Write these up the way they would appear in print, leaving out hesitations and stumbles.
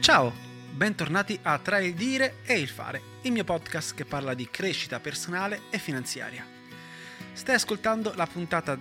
Ciao, bentornati a Tra il dire e il fare, il mio podcast che parla di crescita personale e finanziaria. Stai ascoltando la puntata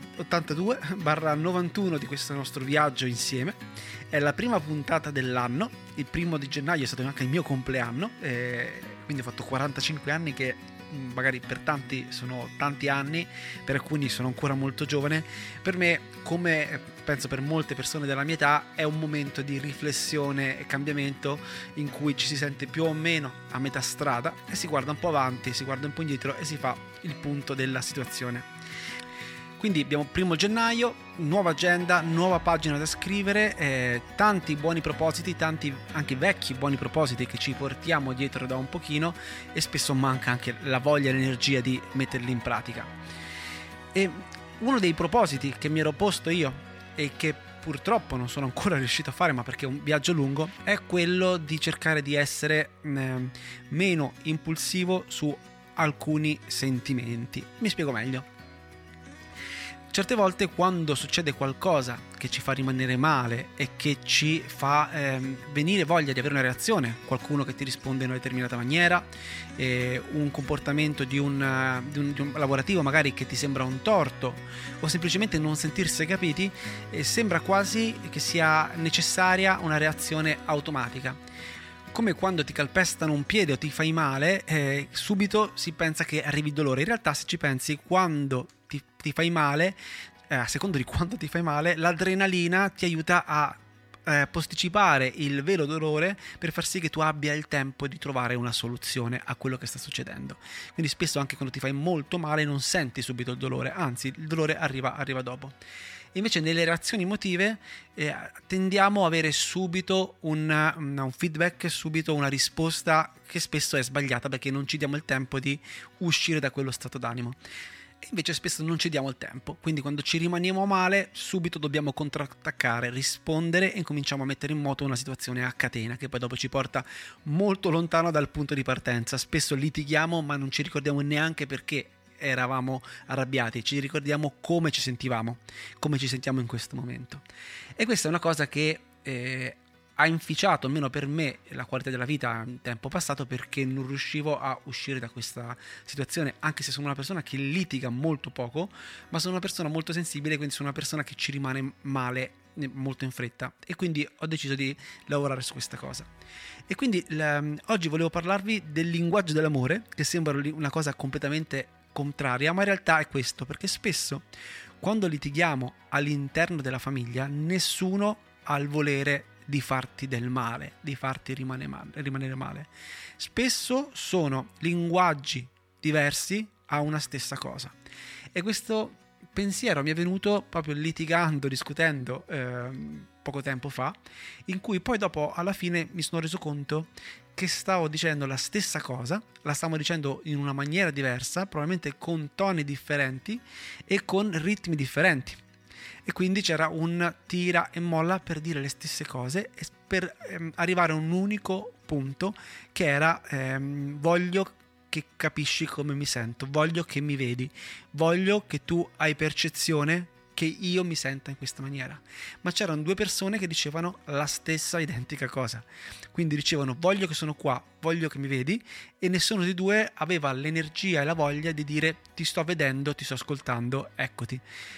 82/91 di questo nostro viaggio insieme. È la prima puntata dell'anno, il 1 gennaio è stato anche il mio compleanno, quindi ho fatto 45 anni che magari per tanti sono tanti anni, per alcuni sono ancora molto giovane. Per me, come penso per molte persone della mia età, è un momento di riflessione e cambiamento in cui ci si sente più o meno a metà strada e si guarda un po' avanti, si guarda un po' indietro e si fa il punto della situazione. Quindi abbiamo 1 gennaio, nuova agenda, nuova pagina da scrivere, tanti buoni propositi, tanti anche vecchi buoni propositi che ci portiamo dietro da un pochino e spesso manca anche la voglia e l'energia di metterli in pratica. E uno dei propositi che mi ero posto io e che purtroppo non sono ancora riuscito a fare, ma perché è un viaggio lungo, è quello di cercare di essere meno impulsivo su alcuni sentimenti. Mi spiego meglio. Certe volte quando succede qualcosa che ci fa rimanere male e che ci fa venire voglia di avere una reazione, qualcuno che ti risponde in una determinata maniera, un comportamento di un lavorativo magari che ti sembra un torto o semplicemente non sentirsi capiti, sembra quasi che sia necessaria una reazione automatica. Come quando ti calpestano un piede o ti fai male, subito si pensa che arrivi il dolore. In realtà, se ci pensi, quando ti fai male, a secondo di quanto ti fai male, l'adrenalina ti aiuta a posticipare il vero dolore per far sì che tu abbia il tempo di trovare una soluzione a quello che sta succedendo. Quindi spesso anche quando ti fai molto male non senti subito il dolore, anzi il dolore arriva dopo. Invece nelle reazioni emotive tendiamo a avere subito un feedback, subito una risposta che spesso è sbagliata perché non ci diamo il tempo di uscire da quello stato d'animo. E invece spesso non ci diamo il tempo, quindi quando ci rimaniamo male subito dobbiamo contrattaccare, rispondere e cominciamo a mettere in moto una situazione a catena che poi dopo ci porta molto lontano dal punto di partenza. Spesso litighiamo ma non ci ricordiamo neanche perché eravamo arrabbiati, ci ricordiamo come ci sentivamo, come ci sentiamo in questo momento. E questa è una cosa che ha inficiato, almeno per me, la qualità della vita in tempo passato, perché non riuscivo a uscire da questa situazione, anche se sono una persona che litiga molto poco, ma sono una persona molto sensibile, quindi sono una persona che ci rimane male molto in fretta, e quindi ho deciso di lavorare su questa cosa. E quindi oggi volevo parlarvi del linguaggio dell'amore, che sembra una cosa completamente contraria, ma in realtà è questo, perché spesso quando litighiamo all'interno della famiglia nessuno ha il volere di farti del male, di farti rimanere male. Spesso sono linguaggi diversi a una stessa cosa, e questo pensiero mi è venuto proprio litigando, discutendo poco tempo fa, in cui poi dopo alla fine mi sono reso conto che stavo dicendo la stessa cosa, la stavo dicendo in una maniera diversa, probabilmente con toni differenti e con ritmi differenti. E quindi c'era un tira e molla per dire le stesse cose e per arrivare a un unico punto che era voglio che capisci come mi sento, voglio che mi vedi, voglio che tu hai percezione che io mi senta in questa maniera. Ma c'erano due persone che dicevano la stessa identica cosa, quindi dicevano voglio che sono qua, voglio che mi vedi, e nessuno dei due aveva l'energia e la voglia di dire ti sto vedendo, ti sto ascoltando, eccoti.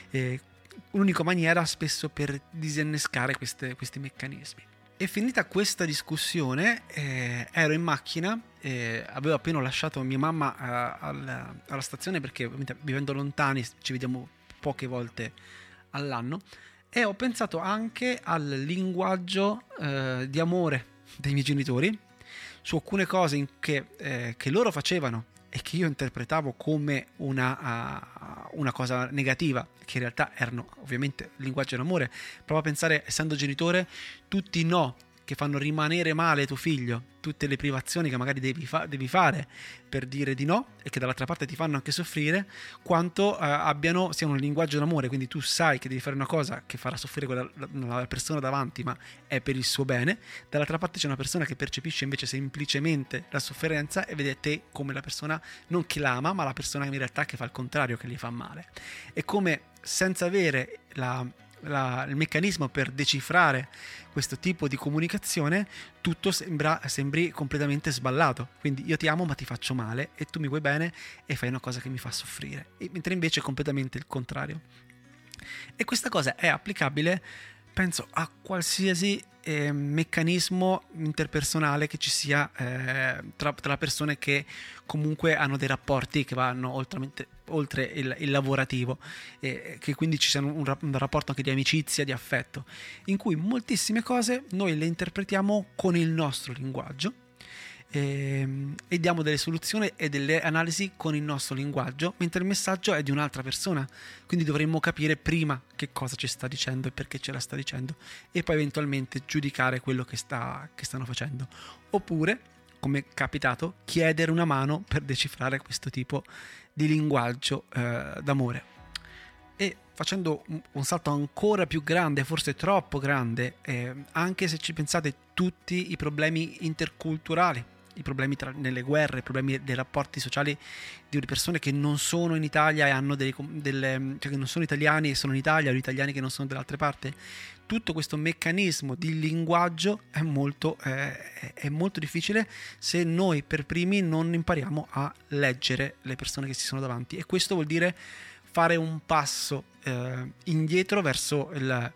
L'unica maniera spesso per disinnescare questi meccanismi. E finita questa discussione ero in macchina, avevo appena lasciato mia mamma alla stazione, perché ovviamente vivendo lontani ci vediamo poche volte all'anno, e ho pensato anche al linguaggio di amore dei miei genitori, su alcune cose che loro facevano e che io interpretavo come una cosa negativa, che in realtà erano ovviamente il linguaggio dell'amore. Prova a pensare, essendo genitore, tutti i no che fanno rimanere male tuo figlio, tutte le privazioni che magari devi fare per dire di no e che dall'altra parte ti fanno anche soffrire, quanto siano un linguaggio d'amore. Quindi tu sai che devi fare una cosa che farà soffrire la persona davanti, ma è per il suo bene. Dall'altra parte c'è una persona che percepisce invece semplicemente la sofferenza e vede te come la persona non che l'ama, ma la persona in realtà che fa il contrario, che gli fa male. È come senza avere il meccanismo per decifrare questo tipo di comunicazione, tutto sembri completamente sballato. Quindi io ti amo ma ti faccio male, e tu mi vuoi bene e fai una cosa che mi fa soffrire, mentre invece è completamente il contrario. E questa cosa è applicabile, penso, a qualsiasi meccanismo interpersonale che ci sia tra persone che comunque hanno dei rapporti che vanno oltre il lavorativo, che quindi ci sia un rapporto anche di amicizia, di affetto, in cui moltissime cose noi le interpretiamo con il nostro linguaggio e diamo delle soluzioni e delle analisi con il nostro linguaggio, mentre il messaggio è di un'altra persona. Quindi dovremmo capire prima che cosa ci sta dicendo e perché ce la sta dicendo, e poi eventualmente giudicare quello che stanno facendo, oppure, come è capitato, chiedere una mano per decifrare questo tipo di linguaggio d'amore. E facendo un salto ancora più grande, forse troppo grande, anche se ci pensate, tutti i problemi interculturali, i problemi nelle guerre, i problemi dei rapporti sociali di persone che non sono in Italia e hanno cioè che non sono italiani e sono in Italia, o italiani che non sono dall'altra parte, tutto questo meccanismo di linguaggio è molto difficile se noi per primi non impariamo a leggere le persone che ci sono davanti. E questo vuol dire fare un passo indietro verso il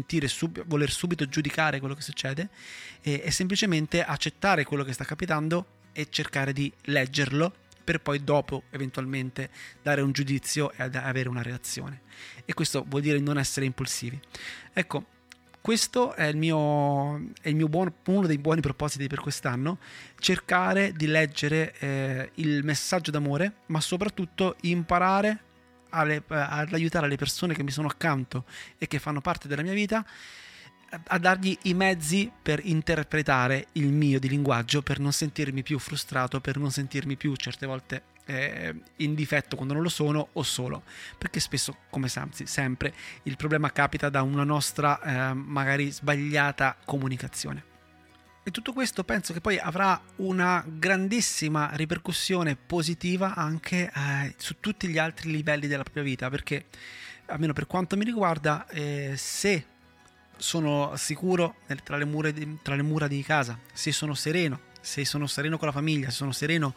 voler subito giudicare quello che succede, e semplicemente accettare quello che sta capitando e cercare di leggerlo per poi dopo eventualmente dare un giudizio e avere una reazione. E questo vuol dire non essere impulsivi. Ecco, questo è uno dei buoni propositi per quest'anno: cercare di leggere il messaggio d'amore, ma soprattutto imparare ad aiutare le persone che mi sono accanto e che fanno parte della mia vita, a dargli i mezzi per interpretare il mio di linguaggio, per non sentirmi più frustrato, per non sentirmi più certe volte in difetto quando non lo sono, o solo, perché spesso, come sempre, il problema capita da una nostra magari sbagliata comunicazione. E tutto questo penso che poi avrà una grandissima ripercussione positiva anche su tutti gli altri livelli della propria vita, perché, almeno per quanto mi riguarda, se sono sicuro tra le mura di casa, se sono sereno con la famiglia, se sono sereno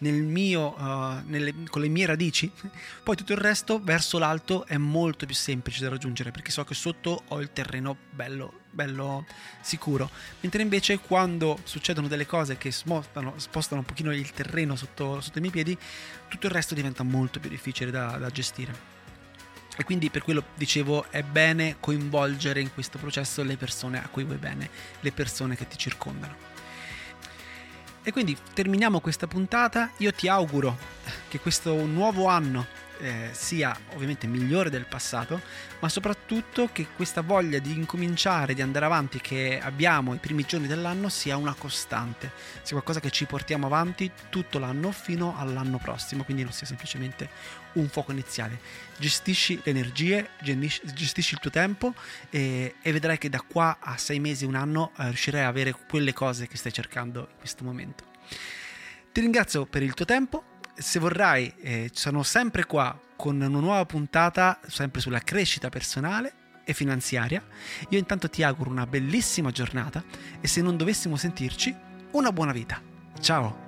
con le mie radici, poi tutto il resto verso l'alto è molto più semplice da raggiungere, perché so che sotto ho il terreno bello sicuro. Mentre invece quando succedono delle cose che spostano un pochino il terreno sotto i miei piedi, tutto il resto diventa molto più difficile da gestire. E quindi per quello dicevo, è bene coinvolgere in questo processo le persone a cui vuoi bene, le persone che ti circondano. E quindi terminiamo questa puntata. Io ti auguro che questo nuovo anno sia ovviamente migliore del passato, ma soprattutto che questa voglia di incominciare, di andare avanti che abbiamo i primi giorni dell'anno, sia una costante, sia qualcosa che ci portiamo avanti tutto l'anno fino all'anno prossimo, quindi non sia semplicemente un fuoco iniziale. Gestisci le energie, gestisci il tuo tempo, e vedrai che da qua a 6 mesi, un anno, riuscirai a avere quelle cose che stai cercando in questo momento. Ti ringrazio per il tuo tempo. Se vorrai, sono sempre qua con una nuova puntata sempre sulla crescita personale e finanziaria. Io intanto ti auguro una bellissima giornata, e se non dovessimo sentirci, una buona vita. Ciao!